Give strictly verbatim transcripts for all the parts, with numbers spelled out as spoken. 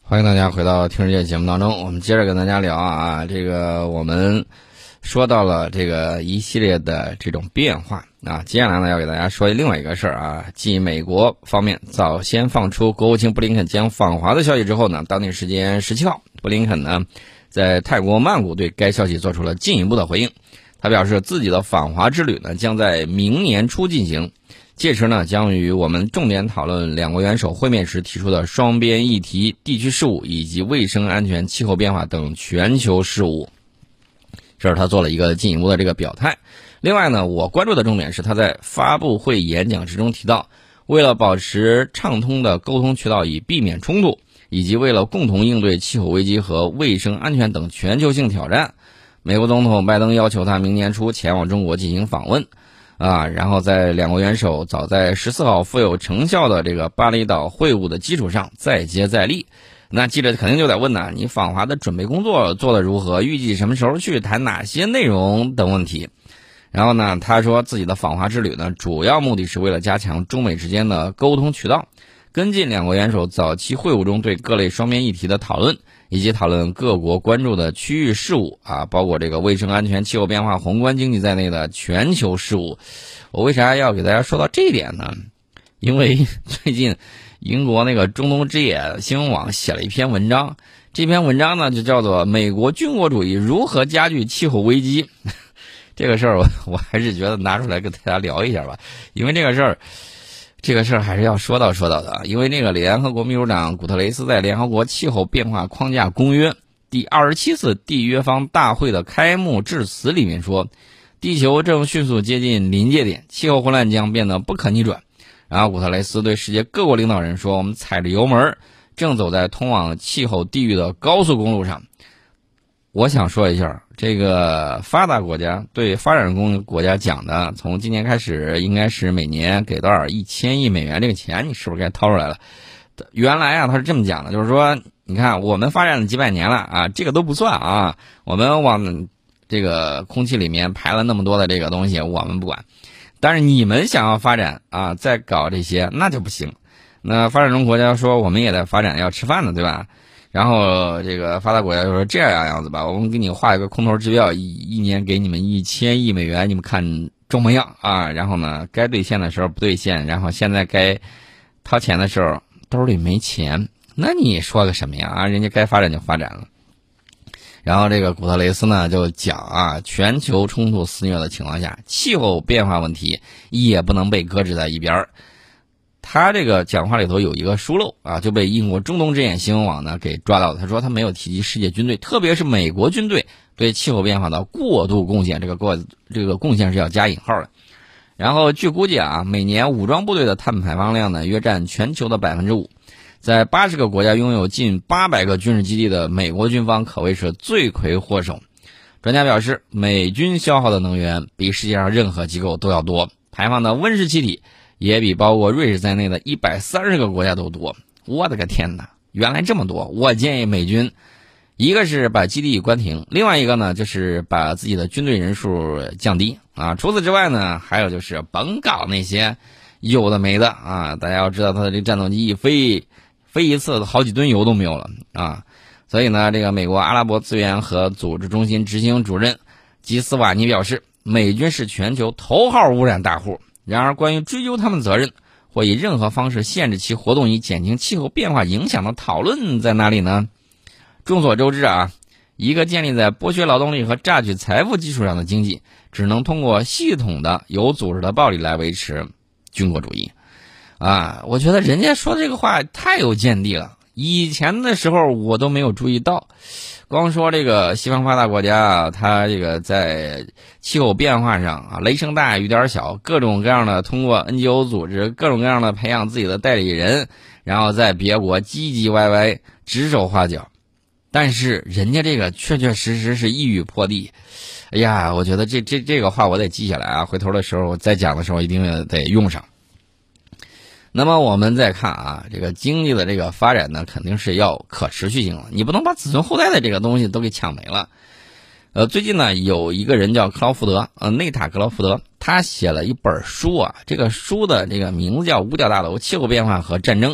欢迎大家回到听世界节目当中，我们接着跟大家聊啊，这个我们说到了这个一系列的这种变化啊，接下来呢要给大家说另外一个事儿啊，继美国方面早先放出国务卿布林肯将访华的消息之后呢，当地时间十七号，布林肯呢在泰国曼谷对该消息做出了进一步的回应，他表示自己的访华之旅呢将在明年初进行。届时呢，将与我们重点讨论两国元首会面时提出的双边议题、地区事务以及卫生安全、气候变化等全球事务。这是他做了一个进一步的这个表态。另外呢，我关注的重点是他在发布会演讲之中提到，为了保持畅通的沟通渠道以避免冲突，以及为了共同应对气候危机和卫生安全等全球性挑战，美国总统拜登要求他明年初前往中国进行访问。啊，然后在两国元首早在十四号富有成效的这个巴厘岛会晤的基础上再接再厉。那记者肯定就得问呢，你访华的准备工作做得如何？预计什么时候去？谈哪些内容等问题？然后呢，他说自己的访华之旅呢，主要目的是为了加强中美之间的沟通渠道，跟进两国元首早期会晤中对各类双边议题的讨论，以及讨论各国关注的区域事务啊，包括这个卫生安全、气候变化、宏观经济在内的全球事务。我为啥要给大家说到这一点呢？因为最近英国那个中东之野新闻网写了一篇文章，这篇文章呢就叫做《美国军国主义如何加剧气候危机》。这个事儿我我还是觉得拿出来跟大家聊一下吧，因为这个事儿。这个事儿还是要说到说到的，因为那个联合国秘书长古特雷斯在联合国气候变化框架公约第二十七次缔约方大会的开幕致辞里面说，地球正迅速接近临界点，气候混乱将变得不可逆转。然后古特雷斯对世界各国领导人说，我们踩着油门正走在通往气候地狱的高速公路上。我想说一下，这个发达国家对发展中国家讲的，从今年开始应该是每年给多少一千亿美元这个钱，你是不是该掏出来了？原来啊，他是这么讲的，就是说，你看我们发展了几百年了啊，这个都不算啊，我们往这个空气里面排了那么多的这个东西，我们不管。但是你们想要发展啊，再搞这些那就不行。那发展中国家说我们也在发展，要吃饭的，对吧？然后这个发达国家就说这样样子吧，我们给你画一个空头支票，一一年给你们一千亿美元，你们看中不样啊？然后呢，该兑现的时候不兑现，然后现在该掏钱的时候兜里没钱，那你说个什么呀？啊，人家该发展就发展了。然后这个古特雷斯呢就讲啊，全球冲突肆虐的情况下，气候变化问题也不能被搁置在一边儿。他这个讲话里头有一个疏漏啊，就被英国中东之眼新闻网呢给抓到了。他说他没有提及世界军队，特别是美国军队对气候变化的过度贡献，这个过这个贡献是要加引号的。然后据估计啊，每年武装部队的碳排放量呢约占全球的百分之五，在八十个国家拥有近八百个军事基地的美国军方可谓是罪魁祸首。专家表示，美军消耗的能源比世界上任何机构都要多，排放的温室气体也比包括瑞士在内的一百三十个国家都多。我的个天哪，原来这么多！我建议美军，一个是把基地关停，另外一个呢就是把自己的军队人数降低啊。除此之外呢，还有就是甭搞那些有的没的啊。大家要知道，他的这战斗机一飞，飞一次好几吨油都没有了啊。所以呢，这个美国阿拉伯资源和组织中心执行主任吉斯瓦尼表示，美军是全球头号污染大户。然而，关于追究他们责任或以任何方式限制其活动以减轻气候变化影响的讨论在哪里呢？众所周知啊，一个建立在剥削劳动力和榨取财富基础上的经济，只能通过系统的有组织的暴力来维持军国主义。啊，我觉得人家说这个话太有见地了，以前的时候我都没有注意到。光说这个西方发达国家啊，它这个在气候变化上啊，雷声大雨点小，各种各样的通过 N G O 组织，各种各样的培养自己的代理人，然后在别国唧唧歪歪指手画脚。但是人家这个确确实实是一语破地。哎呀，我觉得这这这个话我得记下来啊，回头的时候再讲的时候一定得用上。那么我们再看啊，这个经济的这个发展呢，肯定是要可持续性了，你不能把子孙后代的这个东西都给抢没了。呃，最近呢，有一个人叫克劳福德，呃，内塔克劳福德，他写了一本书啊，这个书的这个名字叫《五角大楼：气候变化和战争》，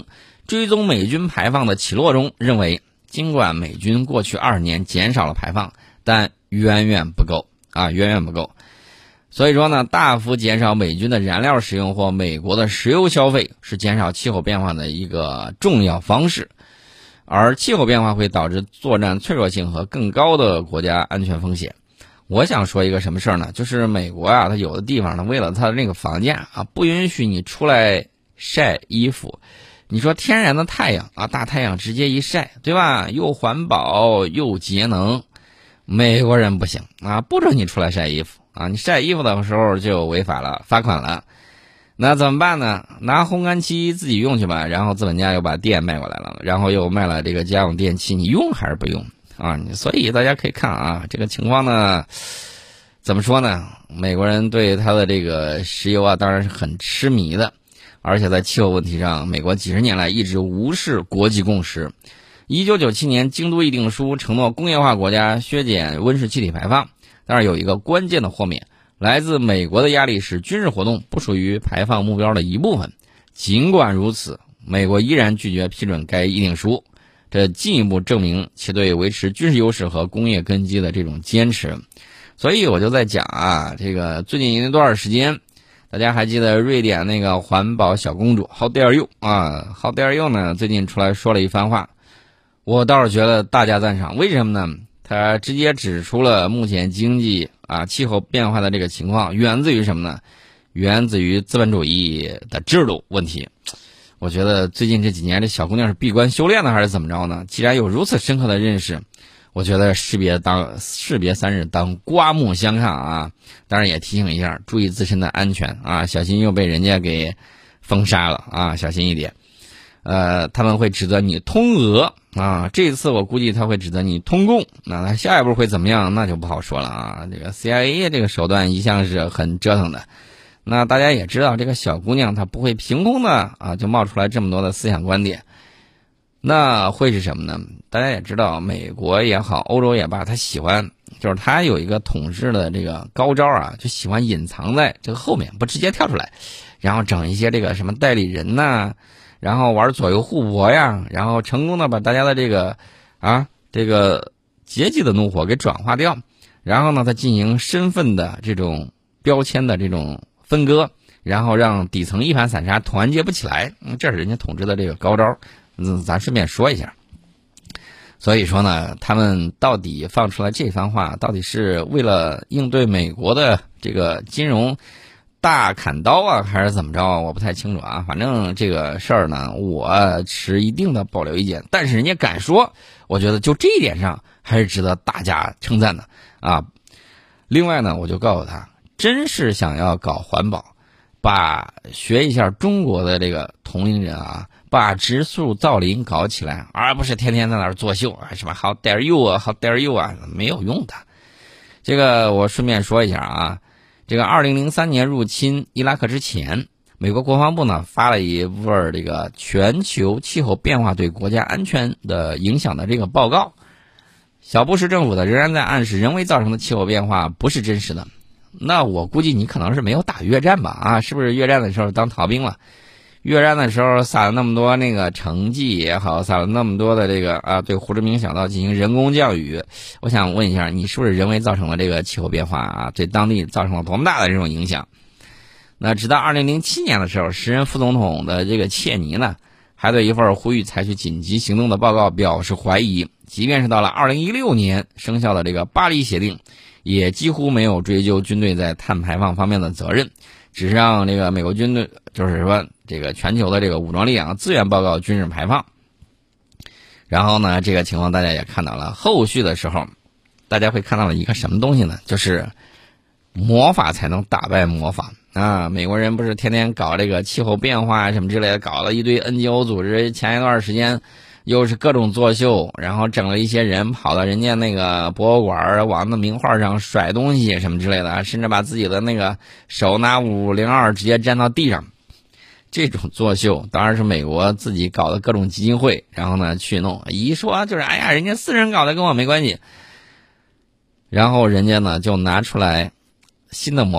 追踪美军排放的起落中认为，尽管美军过去二十年减少了排放，但远远不够啊，远远不够。所以说呢，大幅减少美军的燃料使用或美国的石油消费是减少气候变化的一个重要方式。而气候变化会导致作战脆弱性和更高的国家安全风险。我想说一个什么事儿呢？就是美国啊，它有的地方呢，为了它的那个房价啊，不允许你出来晒衣服。你说天然的太阳啊，大太阳直接一晒，对吧？又环保又节能。美国人不行啊，不准你出来晒衣服啊！你晒衣服的时候就违法了，罚款了。那怎么办呢？拿烘干机自己用去吧，然后资本家又把电卖过来了，然后又卖了这个家用电器，你用还是不用啊？所以大家可以看啊，这个情况呢，怎么说呢？美国人对他的这个石油啊，当然是很痴迷的，而且在气候问题上，美国几十年来一直无视国际共识。一九九七年京都议定书承诺工业化国家削减温室气体排放，但是有一个关键的豁免。来自美国的压力使军事活动不属于排放目标的一部分。尽管如此，美国依然拒绝批准该议定书，这进一步证明其对维持军事优势和工业根基的这种坚持。所以我就在讲啊，这个最近一段时间，大家还记得瑞典那个环保小公主 How dare you 啊 How dare you 呢？最近出来说了一番话，我倒是觉得大加赞赏。为什么呢？他直接指出了目前经济啊气候变化的这个情况源自于什么呢？源自于资本主义的制度问题。我觉得最近这几年这小姑娘是闭关修炼呢，还是怎么着呢？既然有如此深刻的认识，我觉得士别当士别三日当刮目相看啊！当然也提醒一下，注意自身的安全啊，小心又被人家给封杀了啊，小心一点。呃，他们会指责你通俄啊，这次我估计他会指责你通共，那他下一步会怎么样，那就不好说了啊。这个 C I A 这个手段一向是很折腾的，那大家也知道，这个小姑娘她不会凭空的啊就冒出来这么多的思想观点，那会是什么呢？大家也知道，美国也好，欧洲也罢，他喜欢就是他有一个统治的这个高招啊，就喜欢隐藏在这个后面，不直接跳出来，然后整一些这个什么代理人呐、啊。然后玩左右互搏呀，然后成功的把大家的这个啊这个阶级的怒火给转化掉，然后呢，他进行身份的这种标签的这种分割，然后让底层一盘散沙，团结不起来。嗯，这是人家统治的这个高招。嗯，咱顺便说一下。所以说呢，他们到底放出来这番话，到底是为了应对美国的这个金融大砍刀啊，还是怎么着啊？我不太清楚啊。反正这个事儿呢，我持一定的保留意见。但是人家敢说，我觉得就这一点上还是值得大家称赞的啊。另外呢，我就告诉他，真是想要搞环保，把学一下中国的这个同龄人啊，把植树造林搞起来，而不是天天在那儿作秀啊，什么 How dare you 啊 How dare you 啊，没有用的。这个我顺便说一下啊。这个二零零三年入侵伊拉克之前，美国国防部呢发了一份这个全球气候变化对国家安全的影响的这个报告。小布什政府呢仍然在暗示人为造成的气候变化不是真实的。那我估计你可能是没有打越战吧？啊，是不是越战的时候当逃兵了？越战的时候撒了那么多那个城际也好，撒了那么多的这个啊，对胡志明小道进行人工降雨。我想问一下，你是不是人为造成了这个气候变化啊？对当地造成了多么大的这种影响？那直到二零零七年的时候，时任副总统的这个切尼呢，还对一份呼吁采取紧急行动的报告表示怀疑。即便是到了二零一六年生效的这个巴黎协定，也几乎没有追究军队在碳排放方面的责任。只是让这个美国军队，就是说这个全球的这个武装力量自愿报告军事排放。然后呢，这个情况大家也看到了，后续的时候，大家会看到了一个什么东西呢？就是魔法才能打败魔法啊！美国人不是天天搞这个气候变化什么之类的，搞了一堆 N G O 组织，前一段时间又是各种作秀，然后整了一些人跑到人家那个博物馆往那名画上甩东西什么之类的，甚至把自己的那个手拿五零二直接粘到地上。这种作秀当然是美国自己搞的各种基金会，然后呢去弄，一说就是哎呀，人家私人搞的跟我没关系。然后人家呢就拿出来新的魔法，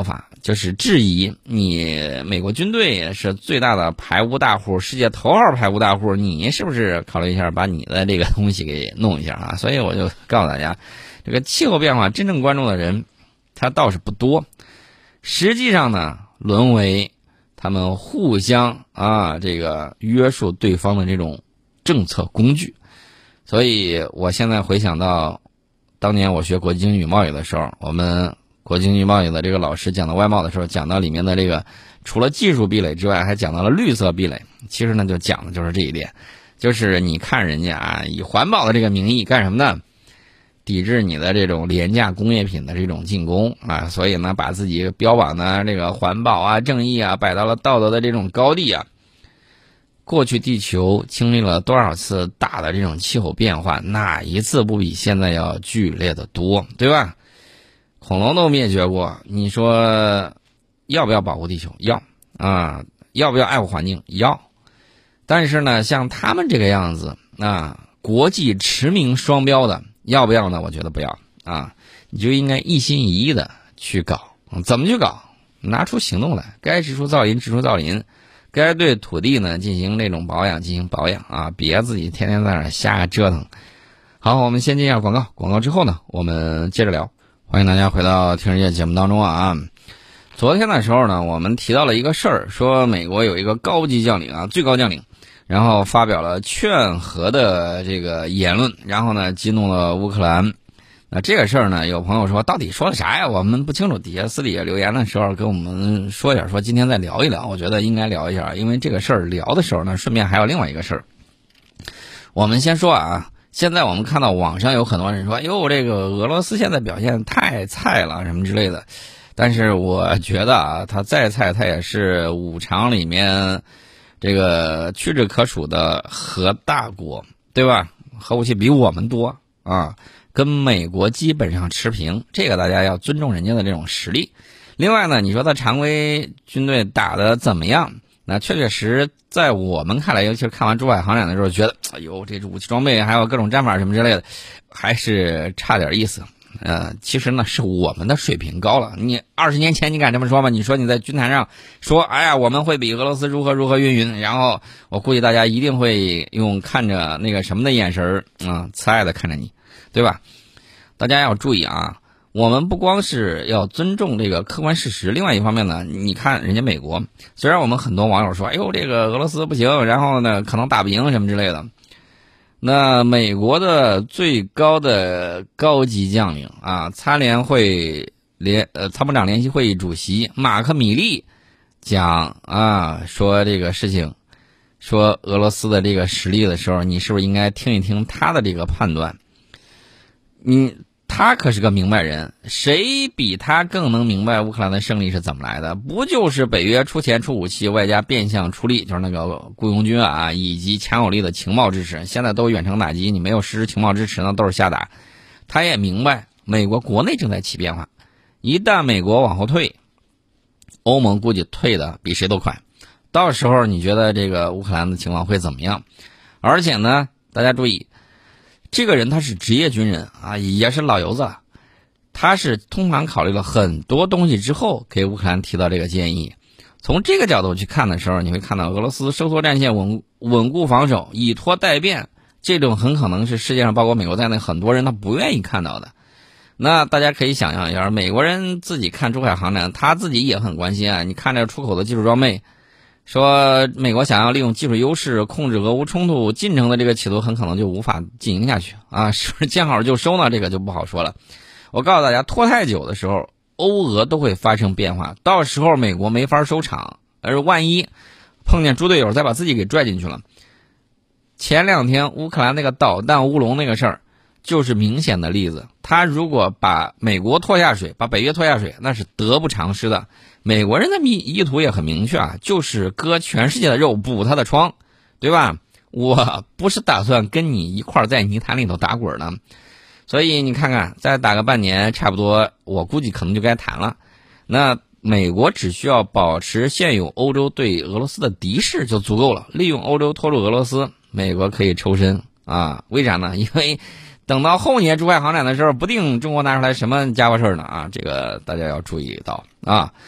就是质疑你美国军队是最大的排污大户，世界头号排污大户，你是不是考虑一下把你的这个东西给弄一下啊？所以我就告诉大家，这个气候变化真正关注的人他倒是不多，实际上呢沦为他们互相啊这个约束对方的这种政策工具。所以我现在回想到当年我学国际经济与贸易的时候，我们国际经济贸易的这个老师讲到外贸的时候，讲到里面的这个除了技术壁垒之外，还讲到了绿色壁垒。其实呢就讲的就是这一点，就是你看人家啊以环保的这个名义干什么呢？抵制你的这种廉价工业品的这种进攻啊，所以呢把自己标榜的这个环保啊正义啊摆到了道德的这种高地啊。过去地球经历了多少次大的这种气候变化，哪一次不比现在要剧烈的多，对吧？恐龙都灭绝过，你说要不要保护地球？要啊。要不要爱护环境？要。但是呢像他们这个样子啊，国际驰名双标的，要不要呢？我觉得不要啊。你就应该一心一意的去搞。怎么去搞？拿出行动来，该植树造林植树造林，该对土地呢进行那种保养进行保养啊，别自己天天在那儿瞎折腾。好，我们先进一下广告，广告之后呢我们接着聊。欢迎大家回到听世界节目当中啊。昨天的时候呢我们提到了一个事儿，说美国有一个高级将领啊，最高将领，然后发表了劝和的这个言论，然后呢激怒了乌克兰。那这个事儿呢有朋友说到底说了啥呀，我们不清楚，底下私底下留言的时候跟我们说一下，说今天再聊一聊。我觉得应该聊一下，因为这个事儿聊的时候呢顺便还有另外一个事儿。我们先说啊，现在我们看到网上有很多人说哟这个俄罗斯现在表现太菜了什么之类的，但是我觉得啊他再菜他也是五常里面这个屈指可数的核大国，对吧？核武器比我们多啊，跟美国基本上持平，这个大家要尊重人家的这种实力。另外呢，你说他常规军队打得怎么样？那确确实在我们看来，尤其是看完珠海航展的时候，觉得哎呦这武器装备还有各种战法什么之类的，还是差点意思。呃，其实呢是我们的水平高了。你二十年前你敢这么说吗？你说你在军坛上说，哎呀我们会比俄罗斯如何如何云云，然后我估计大家一定会用看着那个什么的眼神啊，慈爱的看着你，对吧？大家要注意啊，我们不光是要尊重这个客观事实，另外一方面呢，你看人家美国，虽然我们很多网友说哎呦这个俄罗斯不行，然后呢可能打不赢什么之类的，那美国的最高的高级将领啊，参联会联呃参谋长联席会议主席马克米利讲啊，说这个事情，说俄罗斯的这个实力的时候，你是不是应该听一听他的这个判断？你他可是个明白人，谁比他更能明白乌克兰的胜利是怎么来的？不就是北约出钱出武器，外加变相出力，就是那个雇佣军啊，以及强有力的情报支持。现在都远程打击，你没有实时情报支持呢，都是瞎打。他也明白美国国内正在起变化，一旦美国往后退，欧盟估计退的比谁都快。到时候你觉得这个乌克兰的情况会怎么样？而且呢，大家注意，这个人他是职业军人啊，也是老油子了。他是通常考虑了很多东西之后给乌克兰提到这个建议。从这个角度去看的时候，你会看到俄罗斯收缩战线，稳稳固防守，以拖待变，这种很可能是世界上包括美国在内很多人他不愿意看到的。那大家可以想象一下，美国人自己看珠海航展，他自己也很关心啊。你看这出口的技术装备，说美国想要利用技术优势控制俄乌冲突进程的这个企图很可能就无法进行下去啊，是不是见好就收呢？这个就不好说了。我告诉大家，拖太久的时候，欧俄都会发生变化，到时候美国没法收场，而万一碰见猪队友再把自己给拽进去了。前两天乌克兰那个导弹乌龙那个事儿就是明显的例子，他如果把美国拖下水，把北约拖下水，那是得不偿失的。美国人的意意图也很明确啊，就是割全世界的肉补他的疮，对吧？我不是打算跟你一块儿在泥潭里头打滚的，所以你看看再打个半年差不多，我估计可能就该谈了。那美国只需要保持现有欧洲对俄罗斯的敌视就足够了，利用欧洲拖住俄罗斯，美国可以抽身啊。为啥呢？因为等到后年珠海航展的时候，不定中国拿出来什么家伙事儿呢啊，这个大家要注意到啊。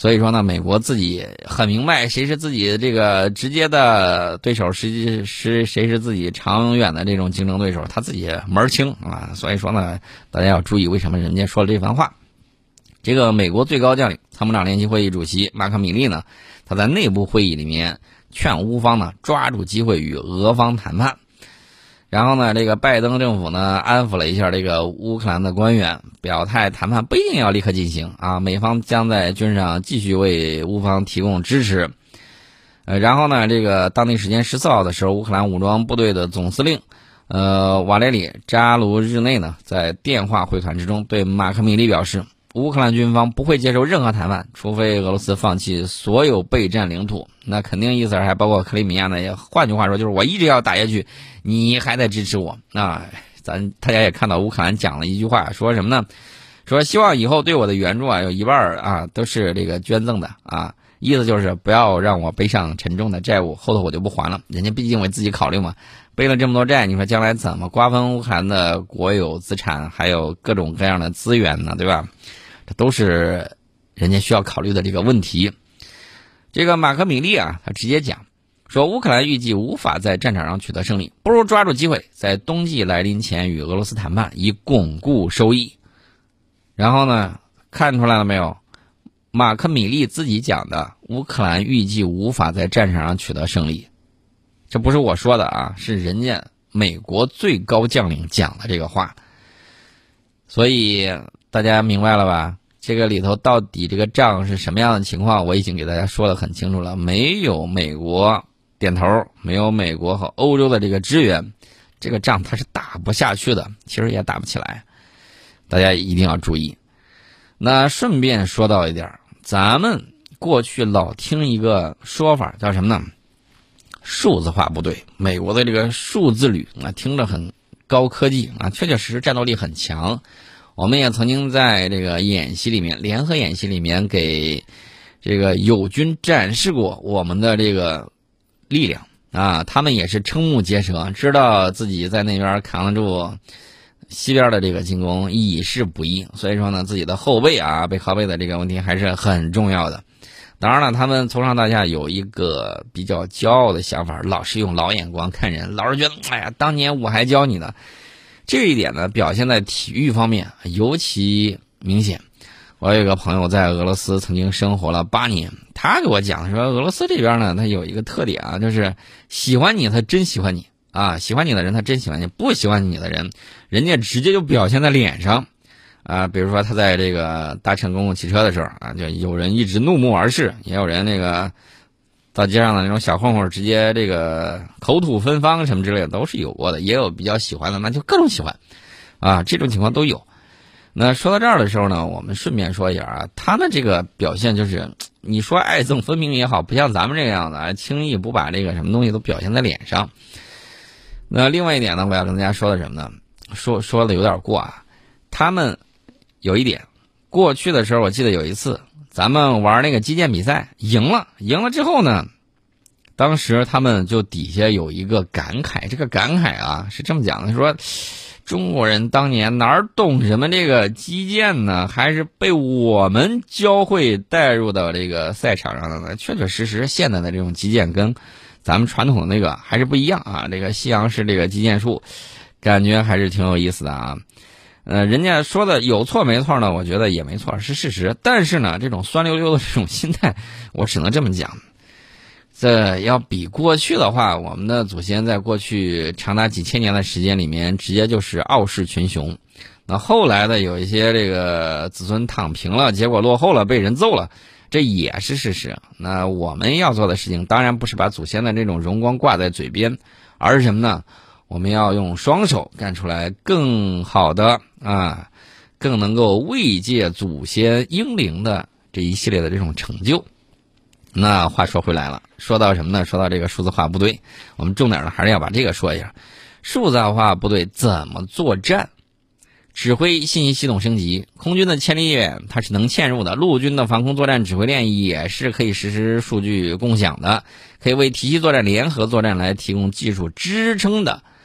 所以说呢，美国自己很明白谁是自己这个直接的对手，实际是谁是自己长远的这种竞争对手，他自己门儿清啊。所以说呢，大家要注意为什么人家说了这番话。这个美国最高将领、参谋长联席会议主席马克米利呢，他在内部会议里面劝乌方呢抓住机会与俄方谈判。然后呢，这个拜登政府呢安抚了一下这个乌克兰的官员，表态谈判不一定要立刻进行啊，美方将在军事上继续为乌方提供支持。呃，然后呢，这个当地时间十四号的时候，乌克兰武装部队的总司令，呃，瓦雷里扎卢日内呢，在电话会谈之中对马克米利表示，乌克兰军方不会接受任何谈判，除非俄罗斯放弃所有备战领土。那肯定意思还包括克里米亚呢，也换句话说就是我一直要打下去，你还得支持我。那咱大家也看到乌克兰讲了一句话，说什么呢？说希望以后对我的援助啊有一半啊都是这个捐赠的啊，意思就是不要让我背上沉重的债务，后头我就不还了。人家毕竟为自己考虑嘛，背了这么多债，你说将来怎么瓜分乌克兰的国有资产，还有各种各样的资源呢，对吧？这都是人家需要考虑的这个问题。这个马克米利啊，他直接讲说，乌克兰预计无法在战场上取得胜利，不如抓住机会，在冬季来临前与俄罗斯谈判，以巩固收益。然后呢，看出来了没有？马克米利自己讲的，乌克兰预计无法在战场上取得胜利，这不是我说的啊，是人家美国最高将领讲的这个话。所以大家明白了吧？这个里头到底这个仗是什么样的情况，我已经给大家说得很清楚了。没有美国点头，没有美国和欧洲的这个支援，这个仗它是打不下去的，其实也打不起来。大家一定要注意。那顺便说到一点，咱们过去老听一个说法叫什么呢？数字化部队，美国的这个数字旅啊，听着很高科技啊，确确实实战斗力很强。我们也曾经在这个演习里面，联合演习里面给这个友军展示过我们的这个力量啊，他们也是瞠目结舌，知道自己在那边扛得住西边的这个进攻已是不易，所以说呢，自己的后背啊背靠背的这个问题还是很重要的。当然了，他们从上到下有一个比较骄傲的想法，老是用老眼光看人，老是觉得哎呀，当年我还教你呢。这一点呢，表现在体育方面尤其明显。我有一个朋友在俄罗斯曾经生活了八年，他给我讲说，俄罗斯这边呢，他有一个特点啊，就是喜欢你，他真喜欢你啊，喜欢你的人他真喜欢你，不喜欢你的人，人家直接就表现在脸上啊。比如说他在这个搭乘公共汽车的时候啊，就有人一直怒目而视，也有人那个到街上的那种小混混直接这个口吐芬芳什么之类的都是有过的，也有比较喜欢的，那就各种喜欢啊，这种情况都有。那说到这儿的时候呢，我们顺便说一下啊，他们这个表现就是你说爱憎分明也好，不像咱们这个样子啊，轻易不把这个什么东西都表现在脸上。那另外一点呢，我要跟大家说的什么呢？说说的有点过啊，他们有一点，过去的时候我记得有一次咱们玩那个击剑比赛，赢了，赢了之后呢，当时他们就底下有一个感慨，这个感慨啊是这么讲的，说中国人当年哪儿懂什么这个击剑呢，还是被我们教会带入到这个赛场上的呢。确确实实现在的这种击剑跟咱们传统的那个还是不一样啊，这个西洋式这个击剑术感觉还是挺有意思的啊。呃，人家说的有错没错呢？我觉得也没错，是事实。但是呢，这种酸溜溜的这种心态，我只能这么讲。这要比过去的话，我们的祖先在过去长达几千年的时间里面，直接就是傲视群雄。那后来的有一些这个子孙躺平了，结果落后了，被人揍了，这也是事实。那我们要做的事情，当然不是把祖先的这种荣光挂在嘴边，而是什么呢？我们要用双手干出来更好的啊，更能够慰藉祖先英灵的这一系列的这种成就。那话说回来了，说到什么呢？说到这个数字化部队，我们重点呢还是要把这个说一下。数字化部队怎么作战？指挥信息系统升级，空军的千里眼它是能嵌入的，陆军的防空作战指挥链也是可以实施数据共享的，可以为体系作战、联合作战来提供技术支撑的。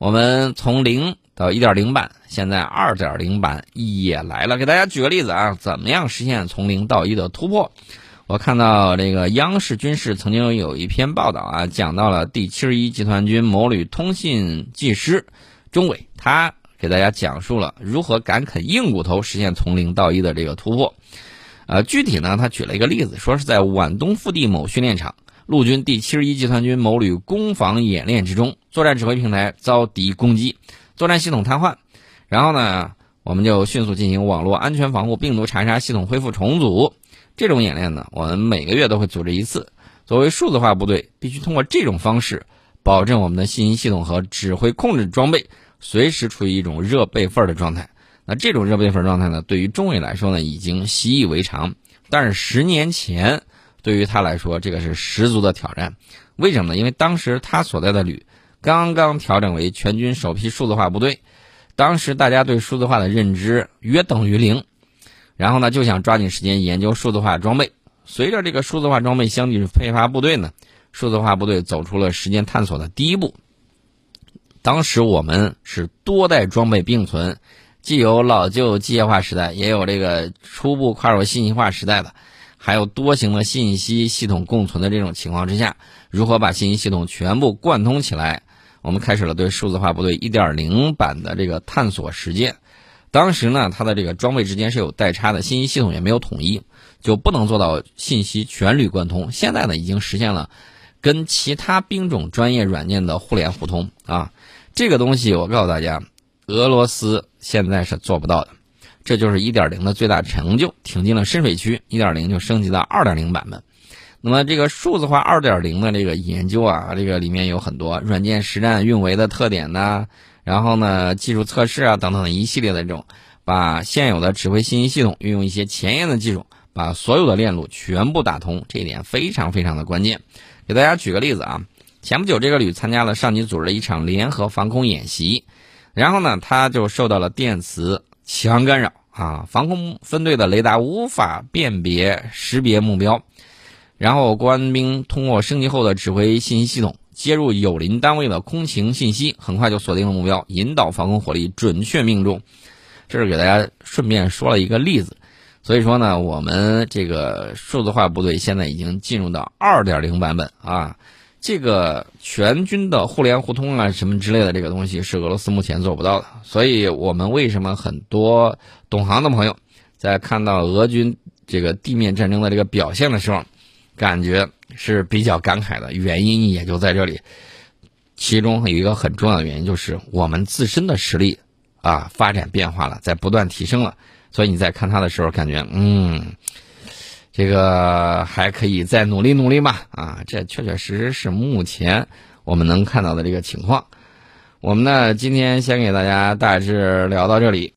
我们从零到 一点零 版，现在 二点零 版也来了。给大家举个例子啊，怎么样实现从零到一的突破？我看到这个央视军事曾经有一篇报道啊，讲到了第七十一集团军某旅通信技师钟伟，他给大家讲述了如何敢啃硬骨头实现从零到一的这个突破。呃，具体呢，他举了一个例子，说是在皖东腹地某训练场，陆军第七十一集团军某旅攻防演练之中，作战指挥平台遭敌攻击，作战系统瘫痪，然后呢，我们就迅速进行网络安全防护、病毒查杀、系统恢复重组。这种演练呢，我们每个月都会组织一次。作为数字化部队，必须通过这种方式，保证我们的信息系统和指挥控制装备随时处于一种热备份的状态。那这种热备份状态呢，对于钟伟来说呢，已经习以为常。但是十年前，对于他来说，这个是十足的挑战。为什么呢？因为当时他所在的旅刚刚调整为全军首批数字化部队，当时大家对数字化的认知约等于零。然后呢，就想抓紧时间研究数字化装备。随着这个数字化装备相继配发部队呢，数字化部队走出了时间探索的第一步。当时我们是多代装备并存，既有老旧机械化时代，也有这个初步跨入信息化时代的，还有多型的信息系统共存的这种情况之下，如何把信息系统全部贯通起来？我们开始了对数字化部队 一点零 版的这个探索实践。当时呢，它的这个装备之间是有代差的，信息系统也没有统一，就不能做到信息全旅贯通。现在呢，已经实现了跟其他兵种专业软件的互联互通啊。这个东西我告诉大家，俄罗斯现在是做不到的。这就是 一点零 的最大成就，挺进了深水区， 一点零 就升级到 二点零 版本。那么这个数字化 二点零 的这个研究啊，这个里面有很多软件实战运维的特点呐，然后呢，技术测试啊等等一系列的这种，把现有的指挥信息系统运用一些前沿的技术，把所有的链路全部打通，这一点非常非常的关键。给大家举个例子啊，前不久这个旅参加了上级组织的一场联合防空演习，然后呢，他就受到了电磁强干扰啊，防空分队的雷达无法辨别识别目标，然后官兵通过升级后的指挥信息系统接入友邻单位的空情信息，很快就锁定了目标，引导防空火力准确命中。这是给大家顺便说了一个例子。所以说呢，我们这个数字化部队现在已经进入到 二点零 版本啊，这个全军的互联互通啊什么之类的这个东西是俄罗斯目前做不到的。所以我们为什么很多懂行的朋友在看到俄军这个地面战争的这个表现的时候，感觉是比较感慨的，原因也就在这里。其中有一个很重要的原因，就是我们自身的实力啊发展变化了，在不断提升了。所以你在看它的时候，感觉嗯，这个还可以再努力努力吧啊，这确确实实是目前我们能看到的这个情况。我们呢，今天先给大家大致聊到这里。